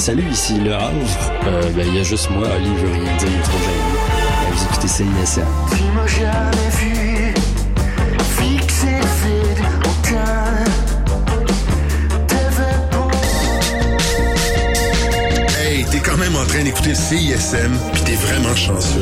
Salut, ici Le Havre. Il y a juste moi, Oli, il veut rien dire, il est trop gêné. Vous écoutez CISM. Tu m'as jamais vu fixer le vide aucun. Hey, t'es quand même en train d'écouter CISM, pis t'es vraiment chanceux.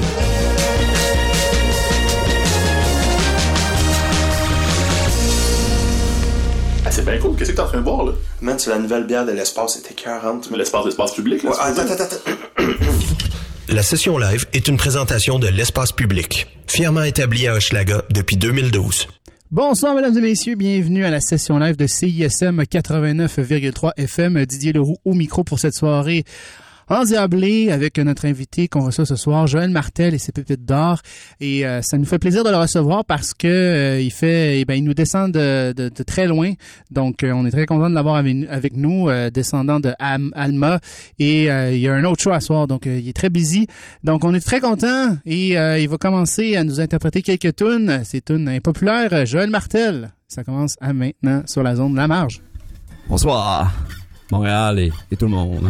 Ah, c'est bien cool. Qu'est-ce que t'es en train de boire, là? Man, c'est la nouvelle bière de l'espace, c'était écœurante. Mais l'espace public, là? Ouais, attends. La session live est une présentation de l'espace public, fièrement établie à Hochelaga depuis 2012. Bonsoir mesdames et messieurs, bienvenue à la session live de CISM 89,3 FM. Didier Leroux au micro pour cette soirée endiablée avec notre invité qu'on reçoit ce soir, Joël Martel et ses pépites d'or. Et ça nous fait plaisir de le recevoir parce que il nous descend de très loin. Donc on est très content de l'avoir avec nous, descendant de Alma. Et il y a un autre show à soir, donc il est très busy. Donc on est très content et il va commencer à nous interpréter quelques tunes. Ces tunes impopulaires. Joël Martel, ça commence à maintenant sur la zone de la marge. Bonsoir, Montréal et tout le monde.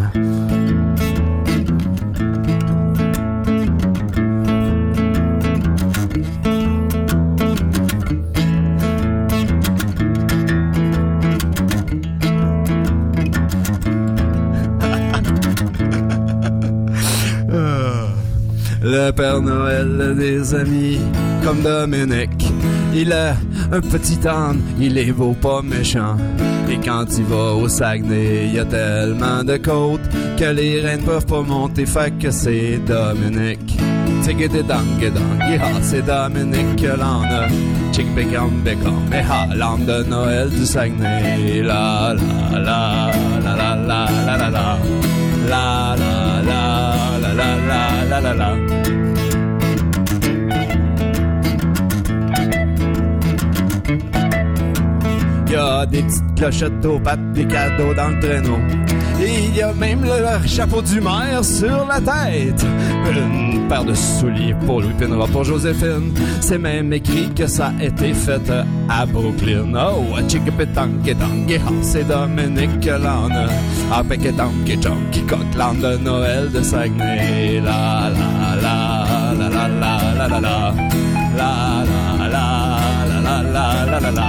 Le Père Noël a des amis comme Dominique. Il a un petit âne, il est beau pas méchant. Et quand il va au Saguenay, il y a tellement de côtes que les reines peuvent pas monter, fait que c'est Dominique. C'est Dominique que l'on a. Chick bécam, et ha, l'âme de Noël du Saguenay. La la la la la la la la la la la la la la la la. Il y a des petites clochettes aux pattes, des cadeaux dans le traîneau. Et il y a même le chapeau du maire sur la tête. Une paire de souliers pour Louis Pinera, pour Joséphine. C'est même écrit que ça a été fait à Brooklyn. Oh, à Chickapétanké, c'est Dominique que l'on a. Ah, Pékétanké, qui coque l'âme de Noël de Saguenay. La la la la la la la la la la la la la la la la la.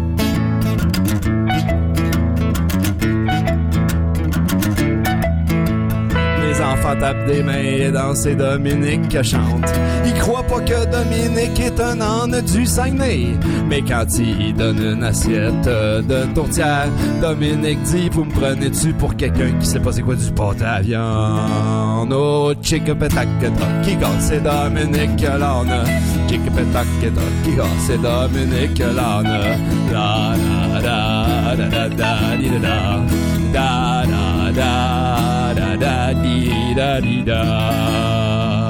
Les enfants tapent des mains et dansent et Dominique chante. Ils croient pas que Dominique est un âne du Saguenay. Mais quand il donne une assiette de tourtière, Dominique dit: vous me prenez-tu pour quelqu'un qui sait pas c'est quoi du pâté à viande? Oh, chickapétaketa, qui gosse, c'est Dominique que l'on a. Chickapétaketa, qui gosse, c'est Dominique que l'on a. La la la da da da di da da da da da da di da di da.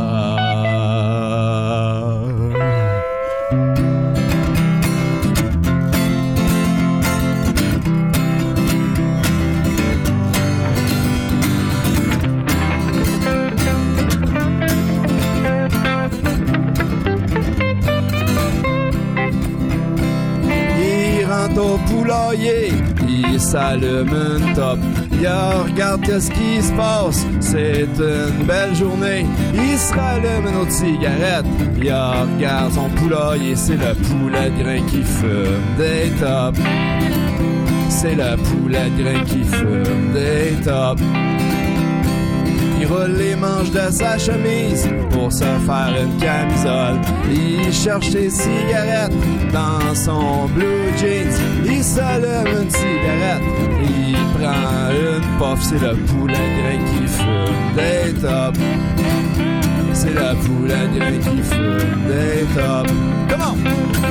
Au poulailler, il s'allume une top. Il regarde qu'est-ce qui se passe, c'est une belle journée. Il se rallume une autre cigarette. Il regarde son poulailler, c'est le poulet de grain qui fume des tops. C'est le poulet de grain qui fume des tops. Il roule les manches de sa chemise pour se faire une camisole. Il cherche ses cigarettes dans son blue jeans. Il s'allume une cigarette, il prend une puff. C'est le poulet de grain qui fume des tops. C'est le poulet de grain qui fume des tops. Come on!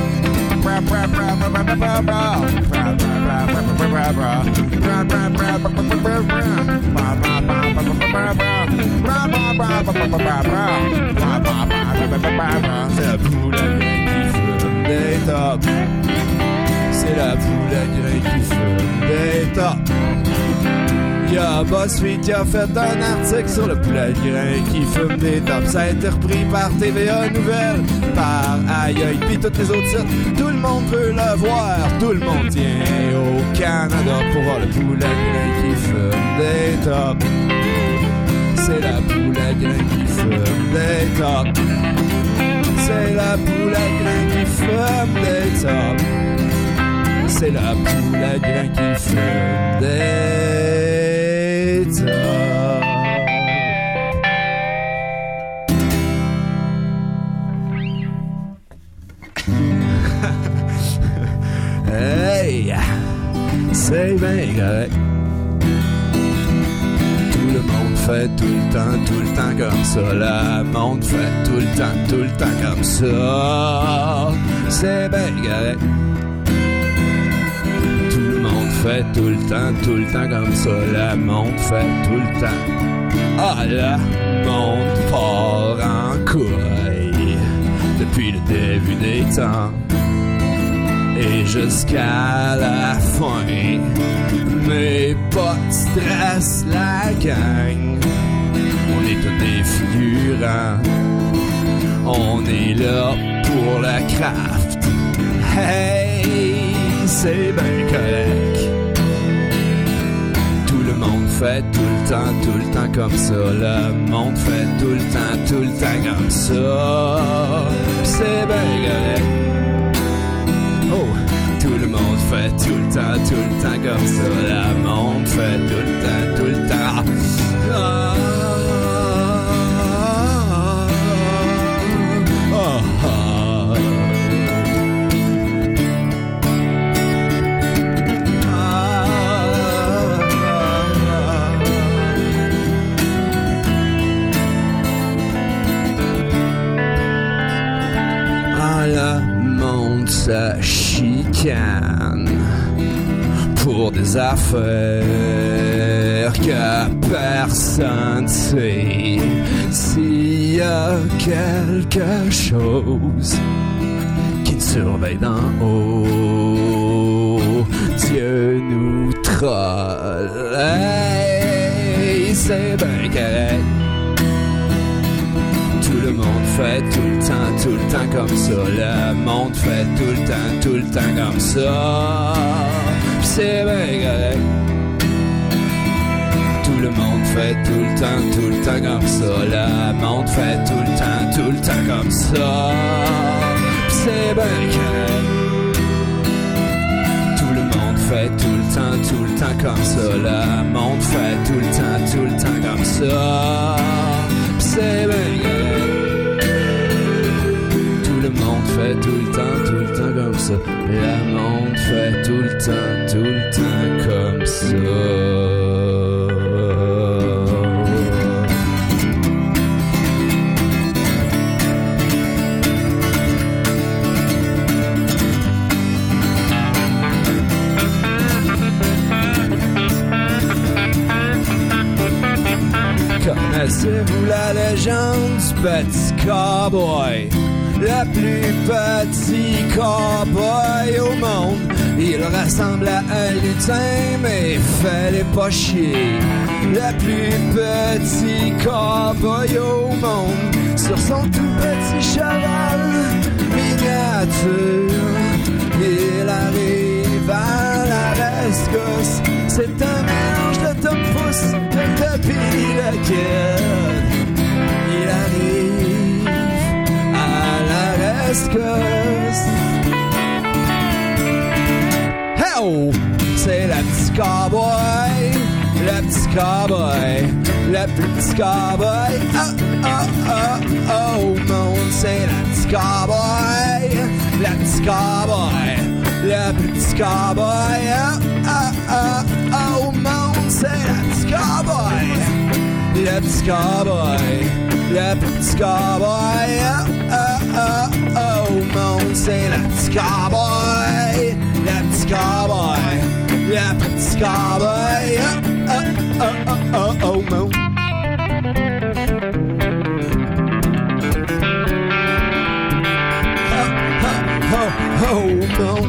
C'est la poule à grain qui fume des tops. C'est la poule à grain qui fume des tops. Y'a BuzzFeed qui a fait un article sur le poulet de grain qui fume des tops. Ça a été repris par TVA Nouvelles, par Aïe pis toutes les autres sites. Tout le monde peut le voir, tout le monde tient au Canada pour voir le poulet de grain qui fume des tops. c'est la poule à grain qui fume des tops. C'est la poule à grain qui fume des tops. C'est la poule à grain qui fume des tops. Hey, c'est bien correct. Tout le monde fait tout le temps comme ça. Le monde fait tout le temps comme ça. C'est bien correct. Tout le monde fait tout le temps comme ça. Le monde fait tout le temps. Ah, le monde part en couille depuis le début des temps. Et jusqu'à la fin, mais pas de stress, la gang. On est tous des figurants. On est là pour le craft. Hey, c'est bien correct. Tout le monde fait tout le temps comme ça. Le monde fait tout le temps comme ça. C'est bien correct. Oh, tout le monde fait tout le temps comme ça. Le monde fait tout le temps. Ça chicane pour des affaires que personne sait. S'il y a quelque chose qui nous surveille d'en haut, Dieu nous troll. Hey, c'est bien correct. Tout le monde fait tout le temps comme ça. Le monde fait tout le temps comme ça. Pis c'est bien correct. Tout le monde fait tout le temps comme ça. Le monde fait tout le temps comme ça. Pis c'est bien correct. Tout le monde fait tout le temps comme ça. Le monde fait tout le temps comme ça. Pis c'est bien correct. Le monde fait tout le temps comme ça. Le monde fait tout le temps comme ça. Connaissez-vous la légende du petit cowboy? Le plus petit cowboy au monde. Il ressemble à un lutin, mais fallait pas chier. Le plus petit cowboy au monde. Sur son tout petit cheval miniature, il arrive à la rescousse. C'est un mélange de Tom Pouce, de Toby le Kid. Il arrive à la rescousse. Oh, c'est le petit cowboy, le petit cowboy, le plus petit cowboy. Oh, oh, oh, oh, monde, c'est le petit cowboy, le petit cowboy, le plus petit cowboy. Oh, oh, oh, oh, monde, c'est le petit cowboy, le petit cowboy, le plus petit cowboy. Oh, oh, oh, oh, monde, c'est le petit cowboy. Le petit cowboy, le petit cowboy, oh, oh, oh, oh, oh, mon. Oh, oh, oh, oh, mon.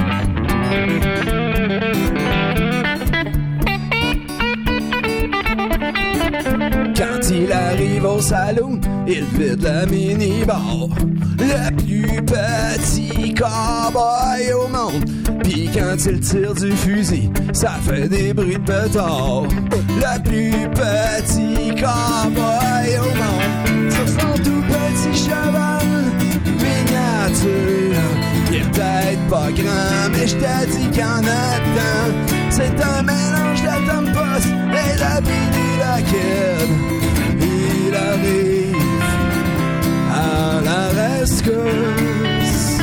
Quand il arrive au salon, il vide la mini-bar. Le plus petit cowboy au monde. Pis quand il tire du fusil, ça fait des bruits de pétard. Le plus petit cowboy au monde, ce sont tout petits cheval miniature. Il est peut-être pas grand, mais je te dis qu'il y en a dedans. C'est un mélange de Tom Post et de Billy the Kid. Il arrive à la rescousse.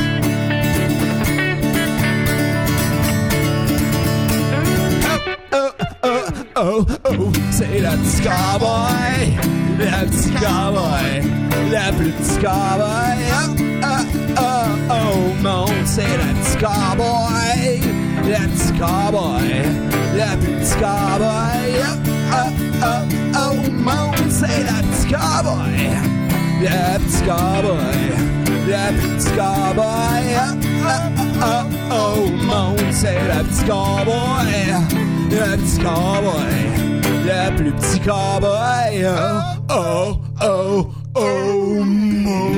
Oh, oh, oh, oh, oh, c'est le petit cowboy, le petit cowboy, le plus petit cowboy. Oh, oh, oh, oh, mon, c'est le petit cowboy, le petit cowboy, le plus petit cowboy. Oh, oh, oh, oh, mon, c'est le petit cowboy, le petit cowboy, le plus petit cowboy. Oh, oh, oh, oh, mon, c'est le petit cowboy. Le petit cowboy, le plus petit cowboy. Oh, oh, oh, oh, mon.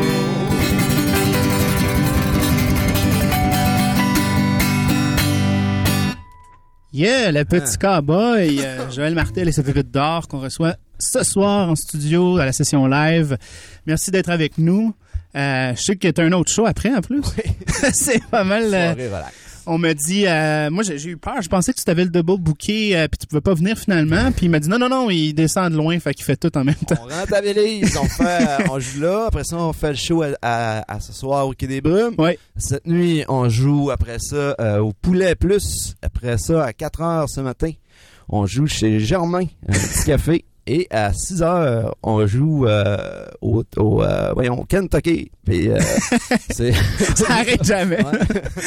Yeah, le petit cowboy, Joël Martel et sa pépite d'or qu'on reçoit ce soir en studio à la session live. Merci d'être avec nous. Je sais que t'as un autre show après en plus. Oui. C'est pas mal. Soirée relax. On m'a dit, moi j'ai eu peur, je pensais que tu t'avais le double booké puis tu pouvais pas venir finalement, puis il m'a dit non, il descend de loin, fait qu'il fait tout en même temps. On rentabilise, on joue là, après ça on fait le show à ce soir au Quai des Brumes. Oui. Cette nuit, on joue après ça au Poulet Plus, après ça à 4h ce matin, on joue chez Germain, un petit café. Et à 6h, on joue au Kentucky. Puis, c'est... Ça arrête jamais. Ouais.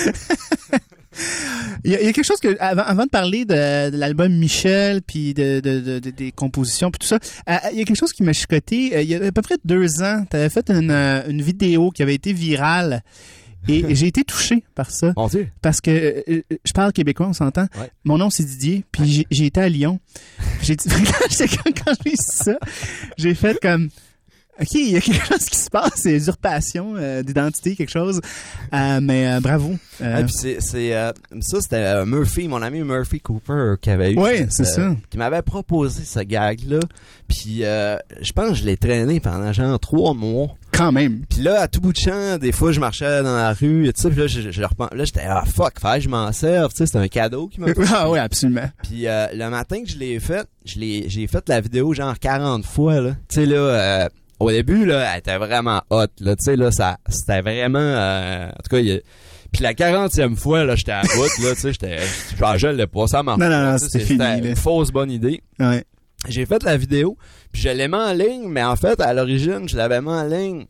Il y a quelque chose que avant de parler de l'album Michel puis des compositions puis tout ça, il y a quelque chose qui m'a chicoté. Il y a à peu près 2 ans, tu avais fait une vidéo qui avait été virale. Et j'ai été touché par ça. Mon Dieu. Parce que je parle québécois, on s'entend. Ouais. Mon nom, c'est Didier. Puis j'ai été à Lyon. Quand j'ai su ça, j'ai fait comme... OK, il y a quelque chose qui se passe. C'est usurpation d'identité, quelque chose. Mais bravo. Et puis ça, c'était Murphy, mon ami Murphy Cooper qui avait eu... Oui, c'est ça. Qui m'avait proposé ce gag-là. Puis je pense que je l'ai traîné pendant genre 3 mois. Quand même. Puis là, à tout bout de champ, des fois, je marchais dans la rue, et tout ça, puis là, là, j'étais, fuck, je m'en sers, tu sais, c'était un cadeau qui m'a fait. Ah oui, absolument. Puis le matin que je l'ai fait, j'ai fait la vidéo genre 40 fois, là. Tu sais, là, au début, là, elle était vraiment hot, là, tu sais, là, c'était vraiment, en tout cas, puis la 40e fois, là, j'étais à bout, là, tu sais, je l'ai pas, ça marche. Non, c'était fini. C'était une fausse bonne idée. Ouais. J'ai fait la vidéo, puis je l'ai mis en ligne, mais en fait, à l'origine, je l'avais mis en ligne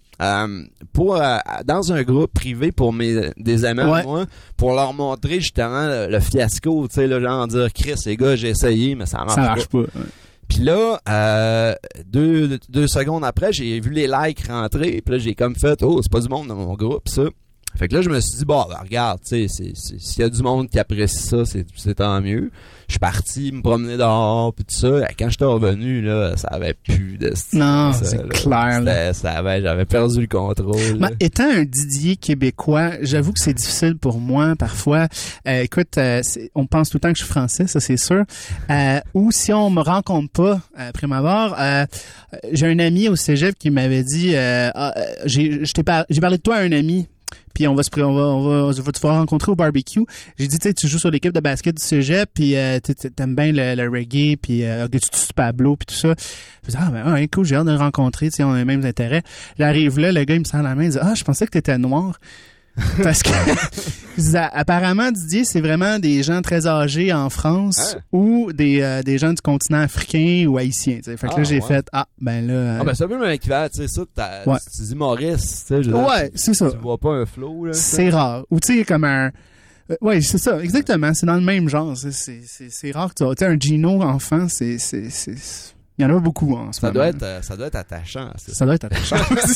dans un groupe privé pour des amis à moi, pour leur montrer justement le fiasco, tu sais, là, genre dire, Chris, les gars, j'ai essayé, mais ça marche pas. Ouais. Puis là, 2 secondes après, j'ai vu les likes rentrer, puis là, j'ai comme fait, oh, c'est pas du monde dans mon groupe, ça. Fait que là, je me suis dit, bon, ben, regarde, tu sais, s'il y a du monde qui apprécie ça, c'est tant mieux. Je suis parti me promener dehors, puis tout ça. Et quand j'étais revenu, là, ça avait plus de style. Non, ça, c'est clair. Là. J'avais perdu le contrôle. Ben, étant un Didier québécois, j'avoue que c'est difficile pour moi parfois. Écoute, on pense tout le temps que je suis français, ça c'est sûr. Ou si on me rencontre pas après m'avoir, j'ai un ami au cégep qui m'avait dit, j'ai parlé de toi à un ami. Puis on va te faire rencontrer au barbecue. J'ai dit, tu sais, tu joues sur l'équipe de basket du cégep, puis t'aimes bien le reggae, puis tu Pablo, puis tout ça. Je dis, ben cool, j'ai hâte de le rencontrer, tu sais, on a les mêmes intérêts. J'arrive là, le gars, il me serre la main, il dit, je pensais que t'étais noir. Parce que apparemment Didier, c'est vraiment des gens très âgés en France ou des gens du continent africain ou haïtien, t'sais. Fait que là j'ai fait ben c'est un peu le même équivalent, tu sais ça, tu dis Maurice, tu sais, c'est ça. Tu vois pas un flow là. C'est rare. Ou tu sais comme un c'est ça, exactement, c'est dans le même genre, c'est rare que tu as un Gino enfant, c'est il y en a beaucoup en ce moment. Ça doit être attachant. Ça doit être attachant.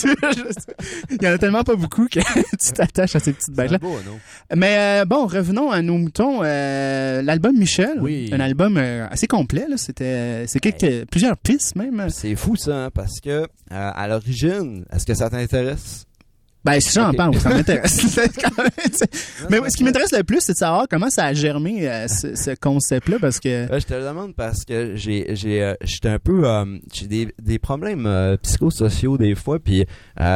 Il y en a tellement pas beaucoup que tu t'attaches à ces petites bêtes-là. Beau, non? Mais bon, revenons à nos moutons. L'album Michel, un album assez complet. Là. C'est plusieurs pistes même. C'est fou ça, hein, parce que à l'origine, est-ce que ça t'intéresse? Ben, si j'en Ok. parle, ça m'intéresse. Mais ce qui m'intéresse le plus, c'est de savoir comment ça a germé ce concept-là, parce que... Je te le demande parce que j'étais un peu... j'ai des problèmes psychosociaux des fois, puis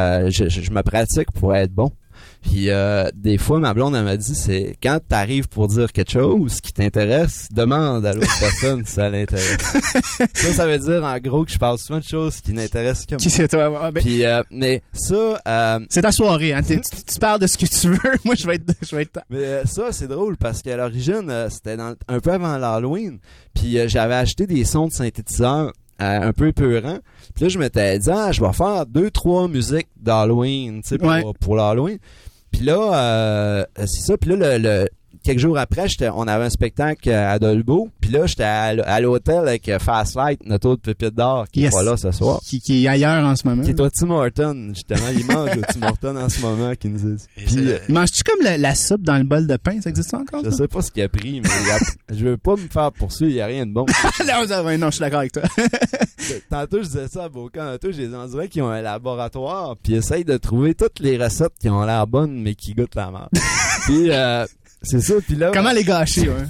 je me pratique pour être bon. Puis des fois, ma blonde, elle m'a dit, c'est quand t'arrives pour dire quelque chose qui t'intéresse, demande à l'autre personne si ça l'intéresse. Ça veut dire en gros que je parle souvent de choses qui n'intéressent que moi. Qui c'est toi? Ben, Puis, mais ça... c'est ta soirée, hein? Tu parles de ce que tu veux. Moi, je vais être... Mais ça, c'est drôle parce qu'à l'origine, c'était un peu avant l'Halloween. Puis j'avais acheté des sons de synthétiseurs un peu épeurants. Puis là, je m'étais dit, je vais faire 2-3 musiques d'Halloween, tu sais, pour l'Halloween. Puis là, c'est ça. Puis là, quelques jours après, on avait un spectacle à Dolbeau. Puis là, j'étais à l'hôtel avec Fast Light, notre autre pépite d'or, qui est pas là ce soir. Qui est ailleurs en ce moment. Qui est au Tim Hortons, justement. Il mange au Tim Hortons en ce moment, qui nous dit. Puis, manges-tu comme la soupe dans le bol de pain? Ça existe encore? Je sais pas ce qu'il a pris, mais je veux pas me faire poursuivre, il y a rien de bon. Non, je suis d'accord avec toi. Tantôt, je disais ça à Bocan. Tantôt, j'ai on dirait qu'ils ont un laboratoire, puis ils essayent de trouver toutes les recettes qui ont l'air bonnes, mais qui goûtent la merde. Puis, c'est ça, puis là... Comment les gâcher, ouais?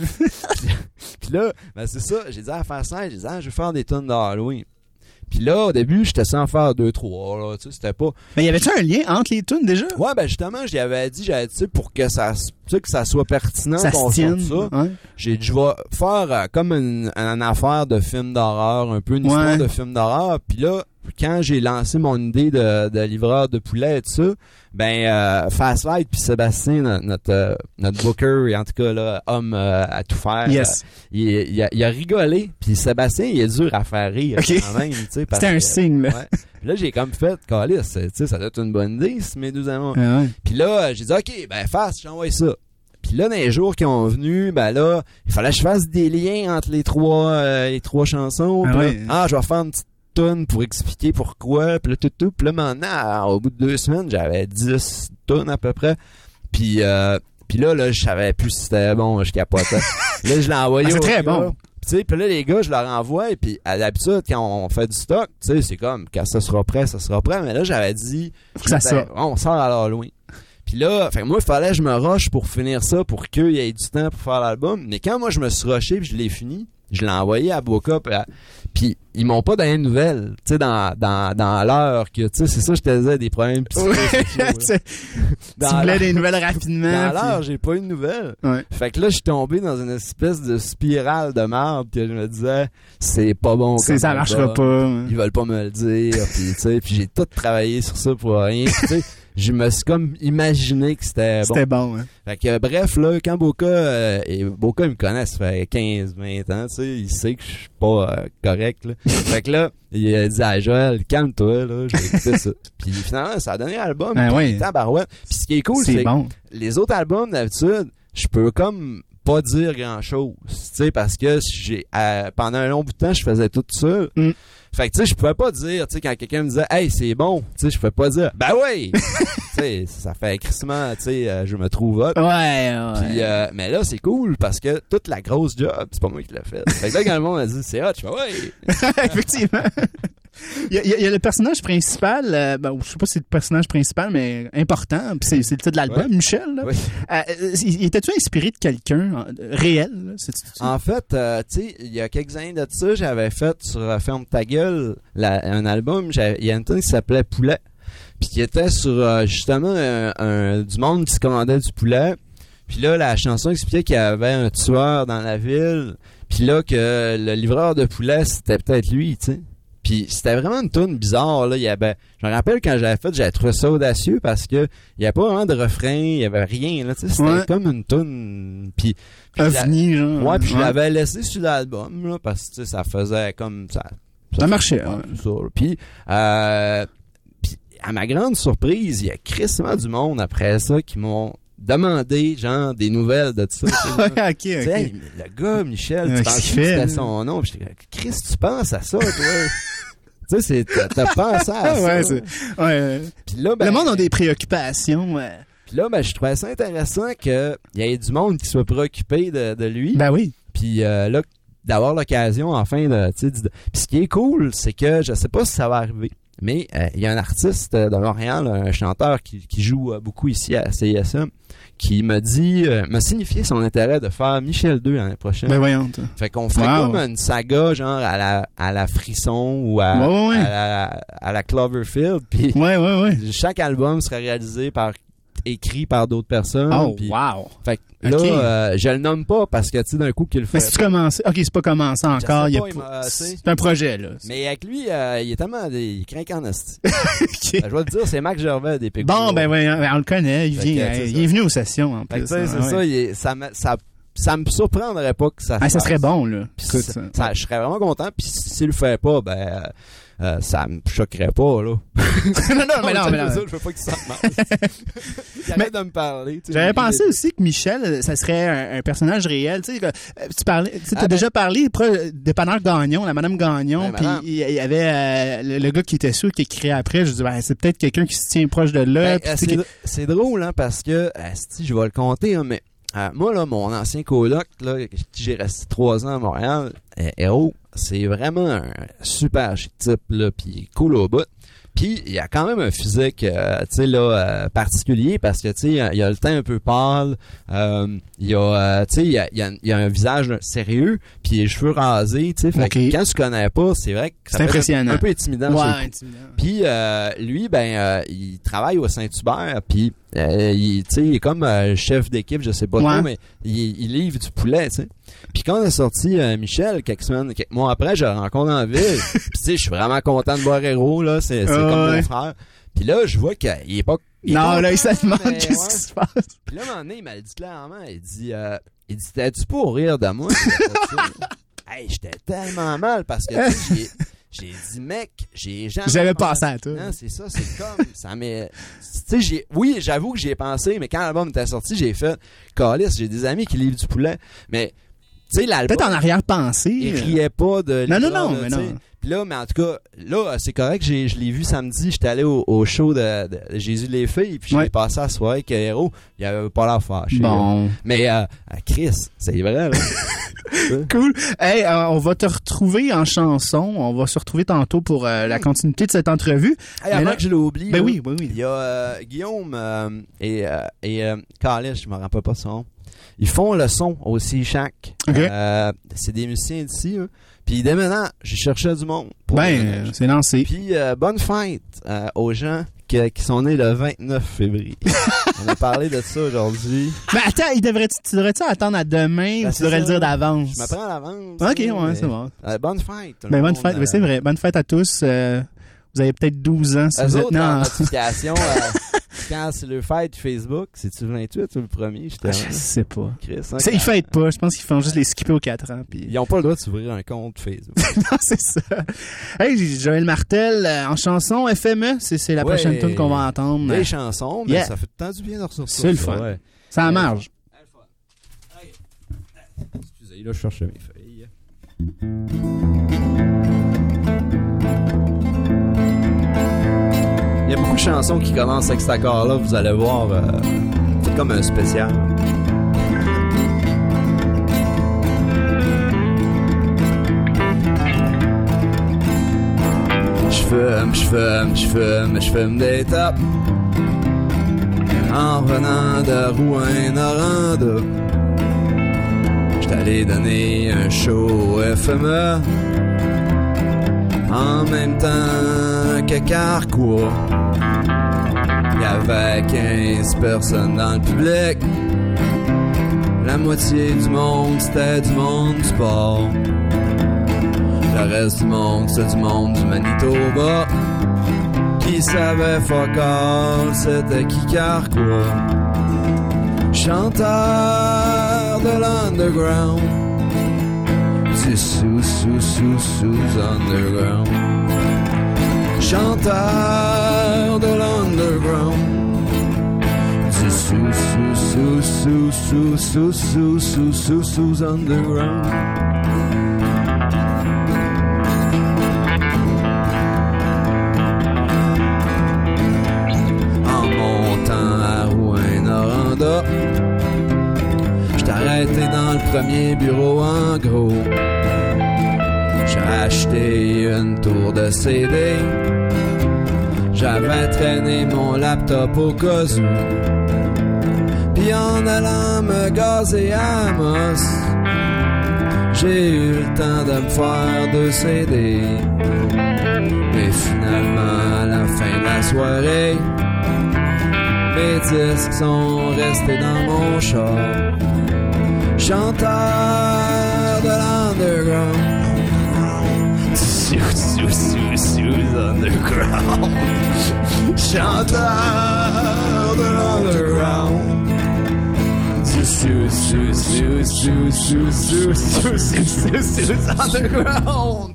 Puis là, ben c'est ça, j'ai dit à faire ça, j'ai dit, je vais faire des tonnes d'Halloween. Puis là, au début, j'étais sans faire 2-3, là, tu sais, c'était pas... Mais y avait-tu un lien entre les tunes, déjà? Ouais, ben justement, j'avais dit, tu sais, pour que ça soit pertinent ça qu'on se tienne, sorte ça, ouais. je vais faire comme une affaire de film d'horreur, un peu une histoire de film d'horreur. Puis là, quand j'ai lancé mon idée de livreur de poulet et tout ça, ben Fast Light puis Sébastien, notre booker, et en tout cas là, homme à tout faire, yes. Il a rigolé. Puis Sébastien, il est dur à faire rire quand même. C'était un signe, là. Ouais. Là, j'ai comme fait, calice, tu sais, ça doit être une bonne idée, si mes deux amours. Ouais. Puis là, j'ai dit, OK, ben Fast, j'envoie ça. Puis là, dans les jours qui ont venu, ben là, il fallait que je fasse des liens entre les trois chansons. Je vais faire une petite toune pour expliquer pourquoi. Puis là, tout. Puis là, maintenant, au bout de 2 semaines, j'avais 10 tounes à peu près. Puis là, je savais plus si c'était bon, je capotais. Là, je l'ai envoyé c'est très bon. Puis là, les gars, je leur envoie. Puis à l'habitude, quand on fait du stock, tu sais, c'est comme, quand ça sera prêt, ça sera prêt. Mais là, j'avais dit, on sort à l'Halloween. Puis là, moi, il fallait que je me rush pour finir ça, pour qu'il y ait du temps pour faire l'album. Mais quand moi, je me suis rushé puis je l'ai fini, je l'ai envoyé à Boca, puis ils m'ont pas donné de nouvelles, tu sais, dans l'heure que, tu sais, c'est ça, je te disais, des problèmes psychologiques. Tu voulais des nouvelles rapidement. Dans l'heure, j'ai pas eu de nouvelles. Ouais. Fait que là, je suis tombé dans une espèce de spirale de merde, que je me disais, c'est pas bon. Ça marchera pas. Ouais. Ils veulent pas me le dire, puis tu sais, puis j'ai tout travaillé sur ça pour rien, tu sais. Je me suis comme imaginé que c'était bon. C'était bon, hein. Fait que bref, là, quand Boca, Boca, il me connaît, ça fait 15-20 ans, tu sais, il sait que je suis pas correct, là. Fait que là, il a dit à Joël, calme-toi, là, je vais écouter ça. Puis finalement, ça a donné un album, tabarouette. Puis ce qui est cool, c'est bon. Les autres albums, d'habitude, je peux comme pas dire grand-chose, tu sais, parce que pendant un long bout de temps, je faisais tout ça. Fait que, tu sais, je pouvais pas dire, tu sais, quand quelqu'un me disait, hey, c'est bon, tu sais, je pouvais pas dire, ben oui! Tu sais, ça fait crissement, tu sais, je me trouve hot. Ouais. Puis, mais là, c'est cool parce que toute la grosse job, c'est pas moi qui l'ai fait. Fait que là, quand le monde a dit, c'est hot, je fais, ouais! Effectivement. Il y a le personnage principal, je sais pas si c'est le personnage principal, mais important, puis c'est le titre de l'album, Michel. Là. Oui. Étais-tu inspiré de quelqu'un réel? Là? En fait, tu sais, il y a quelques années de ça, j'avais fait sur Ferme ta gueule un album, il y a une tune qui s'appelait Poulet, puis qui était sur justement du monde qui se commandait du poulet. Puis là, la chanson expliquait qu'il y avait un tueur dans la ville, puis là, que le livreur de poulet, c'était peut-être lui, tu sais. Puis c'était vraiment une toune bizarre, là. Je me rappelle quand j'avais trouvé ça audacieux parce que il y avait pas vraiment de refrain, il y avait rien, là, tu sais. C'était comme une toune. Puis ovni, genre. Ouais, puis je l'avais laissé sur l'album, là, parce que, tu sais, ça faisait comme ça. Ça marchait, hein. Puis à ma grande surprise, il y a crissement du monde après ça qui m'ont demandé, genre, des nouvelles de tout ça. OK. Hey, le gars, Michel, tu penses que c'était son nom? Puis j'étais, Chris, tu penses à ça, toi? Tu sais, t'as pensé à ça. Ouais. Puis là, le monde a des préoccupations. Ouais. Puis là, je trouvais ça intéressant qu'il y ait du monde qui soit préoccupé de lui. Ben oui. Puis là, d'avoir l'occasion, enfin, de... Puis ce qui est cool, c'est que je sais pas si ça va arriver. Mais il y a un artiste de Montréal, un chanteur qui joue beaucoup ici à CISM, qui m'a signifié son intérêt de faire Michel 2 l'année prochaine. Ben voyons. Fait qu'on ferait comme une saga genre à la Frisson ou à la Cloverfield. Puis chaque album serait écrit par d'autres personnes. Oh, pis, wow! Fait que là, je le nomme pas parce que, tu sais, d'un coup qu'il le fait. Mais si tu commences... OK, c'est pas commencé encore. C'est un projet, là. Mais avec lui, il est tellement... Il craque en asti. Je vais te dire, c'est Mac Gervais des Pics. Bon, ben oui, on le connaît. Il est venu aux sessions, en plus. C'est ça me surprendrait pas que ça fasse. Ça serait bon, là. Je serais vraiment content. Puis s'il le fait pas, ça me choquerait pas, là. non. Je veux pas qu'il se sente mal. Il arrête de me parler. J'avais pensé aussi que Michel, ça serait un personnage réel. Tu sais, t'as déjà parlé dépanneur Gagnon, la Madame Gagnon, puis il y avait le gars qui était sous, qui écrit après. Je dis, c'est peut-être quelqu'un qui se tient proche de là. C'est drôle, hein, parce que, si je vais le compter, hein, mais moi, là, mon ancien coloc, là, j'ai resté 3 ans à Montréal, Héros, c'est vraiment un super chic type, là, pis cool au bout. Puis il y a quand même un physique, tu sais là, particulier parce que tu sais il y a le teint un peu pâle, il y a, tu sais il y a un visage sérieux, puis les cheveux rasés, tu sais. Fait que quand tu connais pas, c'est vrai que ça c'est impressionnant, un peu intimidant. Ouais, intimidant. Puis lui, il travaille au Saint-Hubert, puis tu sais il est comme chef d'équipe, je sais pas trop, mais il livre du poulet, tu sais. Puis quand on a sorti Michel quelques mois après, je le rencontre en ville. Puis tu sais, je suis vraiment content de voir Héros, là, c'est comme mon frère. Puis là, je vois qu'il est pas... Il se demande qu'est-ce qui se passe. Puis là, à un moment donné, il m'a dit clairement, il dit t'es-tu pour rire de moi? Hey, j'étais tellement mal parce que j'ai dit, mec, j'avais pensé à toi. Non, c'est ça, c'est comme, ça m'est, tu sais, oui, j'avoue que j'y ai pensé, mais quand l'album était sorti, j'ai fait, câlisse, j'ai des amis qui livrent du poulet, mais, tu sais, l'album. Peut-être en arrière-pensée. Il riait pas de Non, mais non. Puis là, mais en tout cas, là, c'est correct, je l'ai vu samedi, j'étais allé au show de Jésus les filles, puis j'ai passé la soirée avec Héros, il avait pas l'air fâché. Bon. Là. Mais, Chris, c'est vrai, là. Cool. Hey, on va te retrouver en chanson. On va se retrouver tantôt pour la continuité de cette entrevue. Hey, avant que je l'oublie. Ben oui. Il y a Guillaume et Carlis, je me rappelle pas son nom. Ils font le son au Sea-Shack. Okay. C'est des musiciens d'ici. Hein. Puis dès maintenant, j'ai cherché du monde. C'est lancé. Puis bonne fête aux gens qui sont nés le 29 février. On a parlé de ça aujourd'hui. Mais attends, tu devrais-tu attendre à demain ou tu devrais le dire d'avance? Je m'apprends à l'avance. OK, ouais, c'est bon. Bonne fête. Bonne fête, oui, c'est vrai. Bonne fête à tous. Vous avez peut-être 12 ans si vous êtes en notification. Quand c'est le fête Facebook, c'est-tu le 28 ou le 1er? Je sais pas. Chris, ils fêtent pas. Je pense qu'ils font juste les skipper aux 4 ans. Puis... Ils ont pas le droit de s'ouvrir un compte Facebook. Non, c'est ça. Hey, Joël Martel, en chanson FME, c'est la prochaine tune qu'on va entendre. Des chansons, mais ça fait tout le temps du bien de ressortir. C'est le fun. Ouais. Ça a marge. Excusez, là, je cherche mes feuilles. Il y a beaucoup de chansons qui commencent avec cet accord-là, vous allez voir, c'est comme un spécial. Je fume des tapes en revenant de Rouyn-Noranda. J'étais allé donner un show au FME en même temps que Carquois. Il y avait 15 personnes dans le public. La moitié du monde, c'était du monde du sport. Le reste du monde, c'est du monde du Manitoba. Qui savait fuck all, c'était qui Carquois. Chanteur de l'underground. C'est sous underground. Chanteur de l'underground. C'est sous underground. En montant à Rouyn-Noranda, j'étais arrêté dans le premier bureau en gros. J'ai acheté une tour de CD J'avais traîné mon laptop au cas où. Puis en allant me gazer à Amos, j'ai eu le temps de me faire 2 CD. Mais finalement, à la fin de la soirée, mes disques sont restés dans mon char. Chanteur de l'underground. Underground. Chanteur de l'underground. Underground.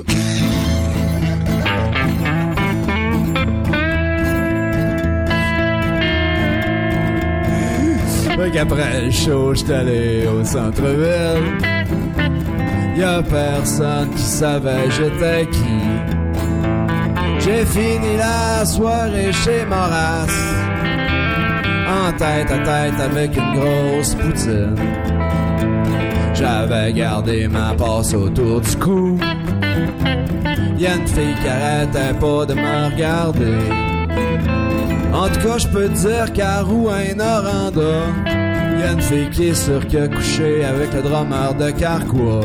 Fait qu'après le show, j'étais allé au centre-ville. Y'a personne qui savait j'étais qui. J'ai fini la soirée chez Moras, en tête à tête avec une grosse poutine. J'avais gardé ma passe autour du cou. Y'a une fille qui arrêtait pas de me regarder. En tout cas, je peux te dire qu'à Rouyn-Noranda, y'a une fille qui est sûre qui a couché avec le drummer de Carquois.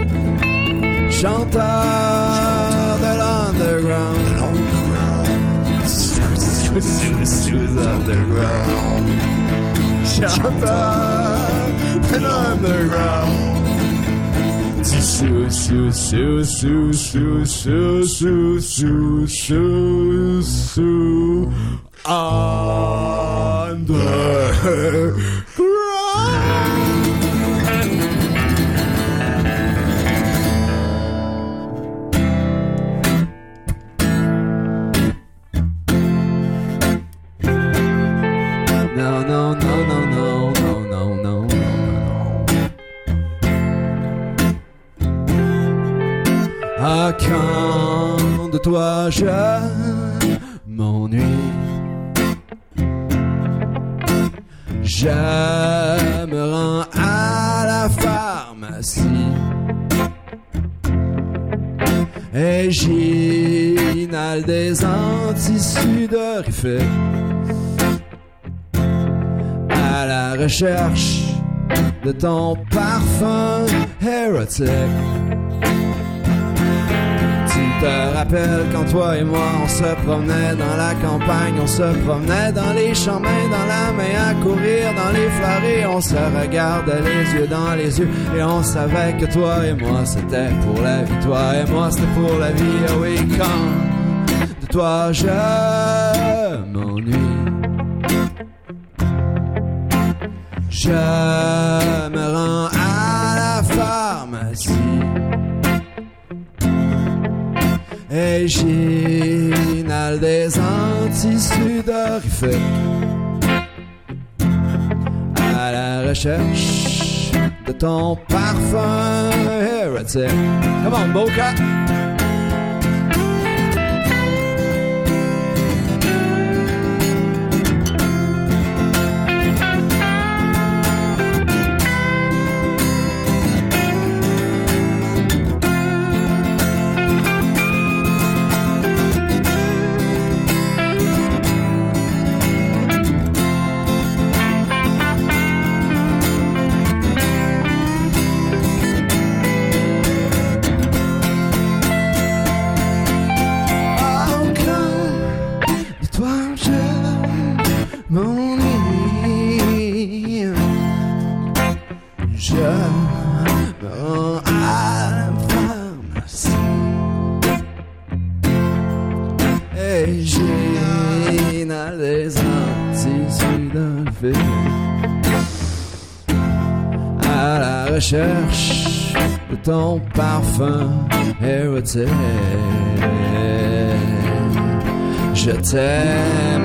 Chanteur de l'underground. Underground. Chanteur de l'underground. À quand de toi je m'ennuie. Je me rends à la pharmacie et j'inhale des anti-sudorifiques à la recherche de ton parfum érotique. Tu te rappelles quand toi et moi on se promenait dans la campagne, on se promenait dans les champs, main dans la main à courir dans les fleuries, on se regardait les yeux dans les yeux et on savait que toi et moi c'était pour la vie, toi et moi c'était pour la vie. Oh oui, quand de toi je m'ennuie, je me rends à la pharmacie et j'inhale des anti-sudorifiques à la recherche de ton parfum érotique. Come on, Boca! Recherche de ton parfum érotique. Je t'aime.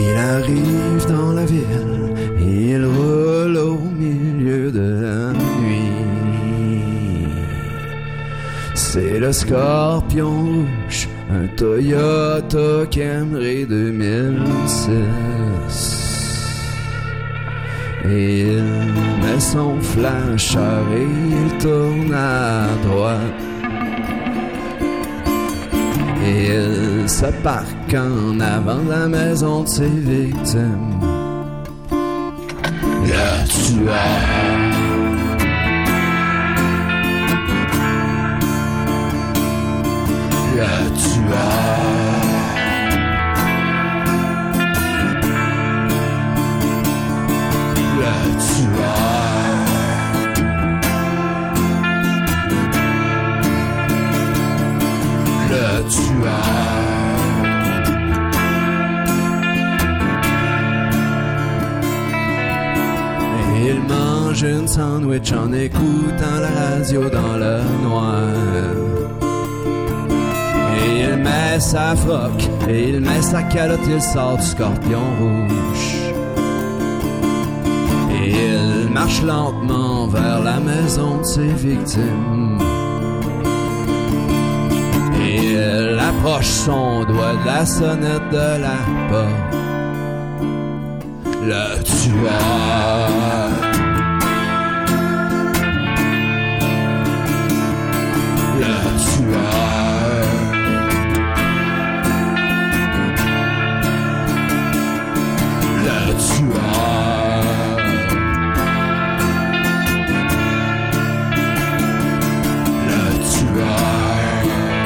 Il roule au milieu de la nuit. C'est le Scorpion rouge, un Toyota Camry 2006. Et il met son flasheur et il tourne à droite. Et il se parque en avant de la maison de ses victimes. Le tueur. Le tueur. Le tueur. Le tueur. Et il mange une sandwich en écoutant la radio dans le noir. Et il met sa froc, et il met sa calotte, il sort du Scorpion rouge. Et il marche lentement vers la maison de ses victimes. Et il approche son doigt de la sonnette de la porte. Le tueur. Le tueur. Le tueur. Le tueur.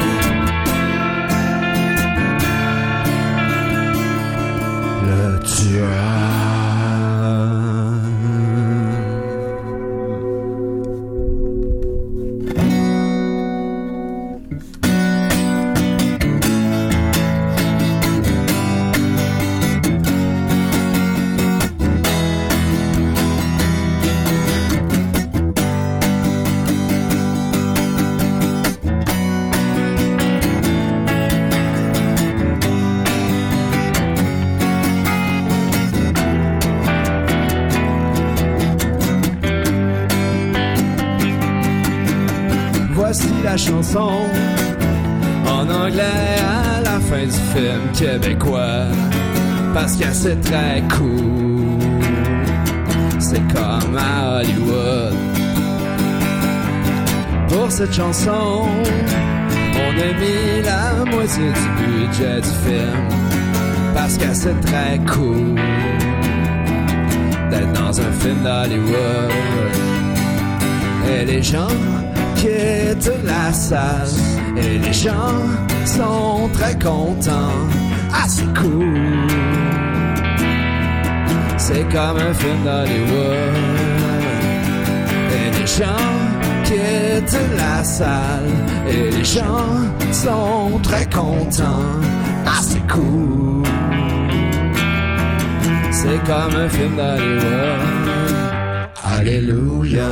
Le tueur. Voici la chanson en anglais à la fin du film québécois, parce que c'est très cool. C'est comme à Hollywood. Pour cette chanson, on a mis la moitié du budget du film, parce que c'est très cool d'être dans un film d'Hollywood. Et les gens quittent la salle et les gens sont très contents. Ah, c'est cool. C'est comme un film d'Hollywood. Et les gens quittent la salle et les gens sont très contents. Ah, c'est cool. C'est comme un film d'Hollywood. Alléluia.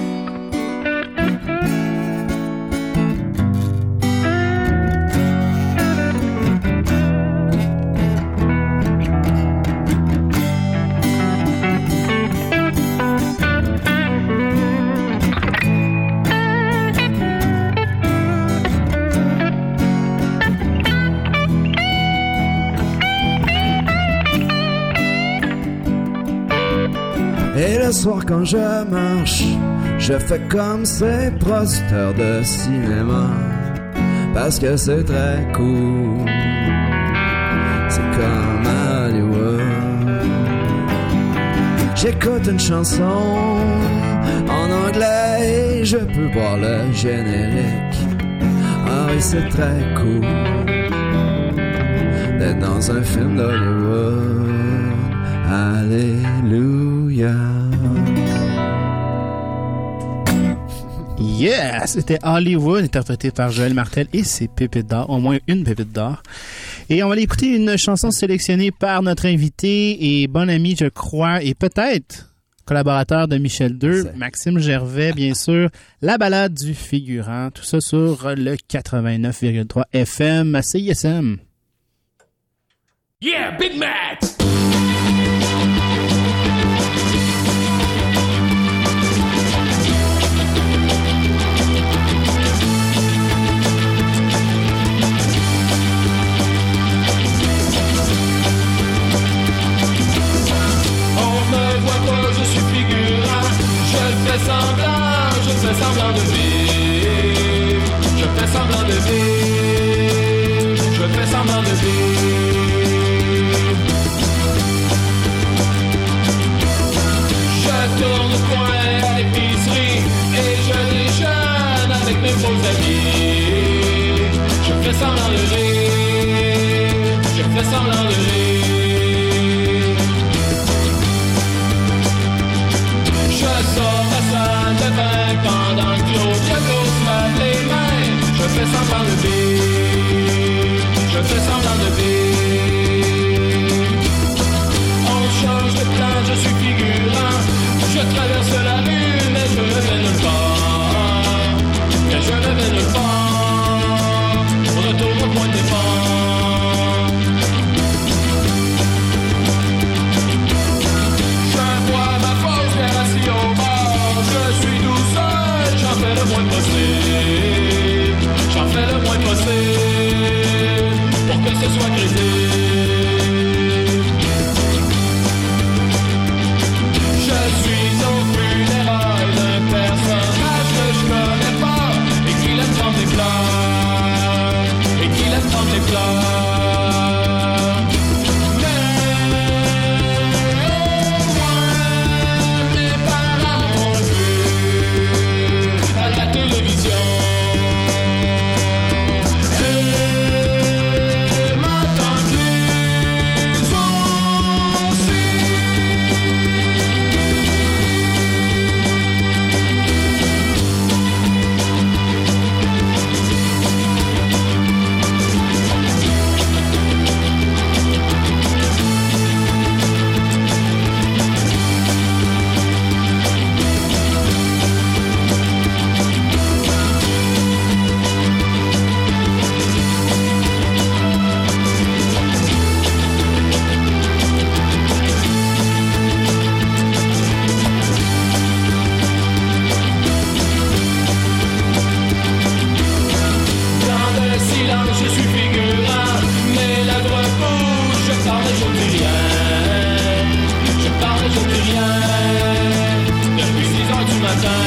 Et le soir quand je marche, je fais comme ces producteurs de cinéma, parce que c'est très cool. C'est comme Hollywood. J'écoute une chanson en anglais et je peux voir le générique. Ah oui, c'est très cool d'être dans un film d'Hollywood. Alléluia. Yeah! C'était Hollywood, interprété par Joël Martel et ses pépites d'or, au moins une pépite d'or. Et on va aller écouter une chanson sélectionnée par notre invité et bon ami, je crois, et peut-être collaborateur de Michel II, Maxime Gervais, bien sûr. La balade du figurant, tout ça sur le 89,3 FM à CISM. Yeah, Big Mac! dis rien. Je parle, je dis rien. Depuis 6 heures du matin.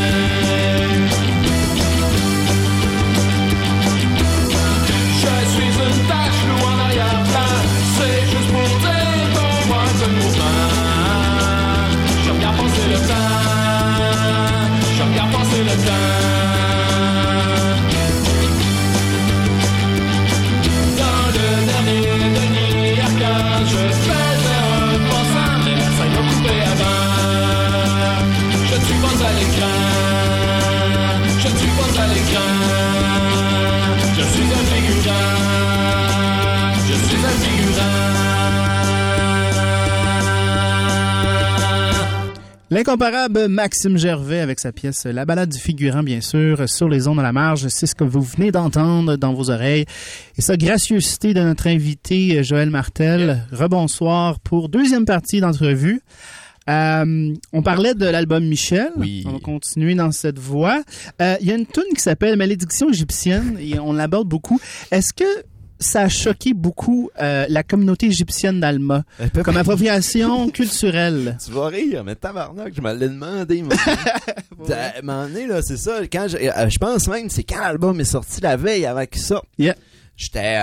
Je suis une tache loup en arrière-plan. C'est juste pour dire qu'on voit un peu de mouvement. Je regarde passer le temps. Je regarde passer le temps. Dans le dernier demi-arcade, je faisais un passant, mais ça m'a coupé avant. Je ne suis pas à l'écran. Je ne suis pas à l'écran. Je suis un figurant. Je suis un figurant. L'incomparable Maxime Gervais avec sa pièce La balade du figurant, bien sûr, sur les ondes à la marge. C'est ce que vous venez d'entendre dans vos oreilles. Et ça, gracieuseté de notre invité Joël Martel. Rebonsoir pour deuxième partie d'entrevue. On parlait de l'album Michel. Oui. On va continuer dans cette voie. Il y a une tune qui s'appelle Malédiction égyptienne et on l'aborde beaucoup. Est-ce que ça a choqué beaucoup la communauté égyptienne d'Alma comme appropriation culturelle? Tu vas rire, mais tabarnak, je me l'ai demandé, moi. À un moment donné, là, c'est ça, quand je pense même, c'est quand l'album est sorti la veille avant qu'il sorte. Yeah. J'étais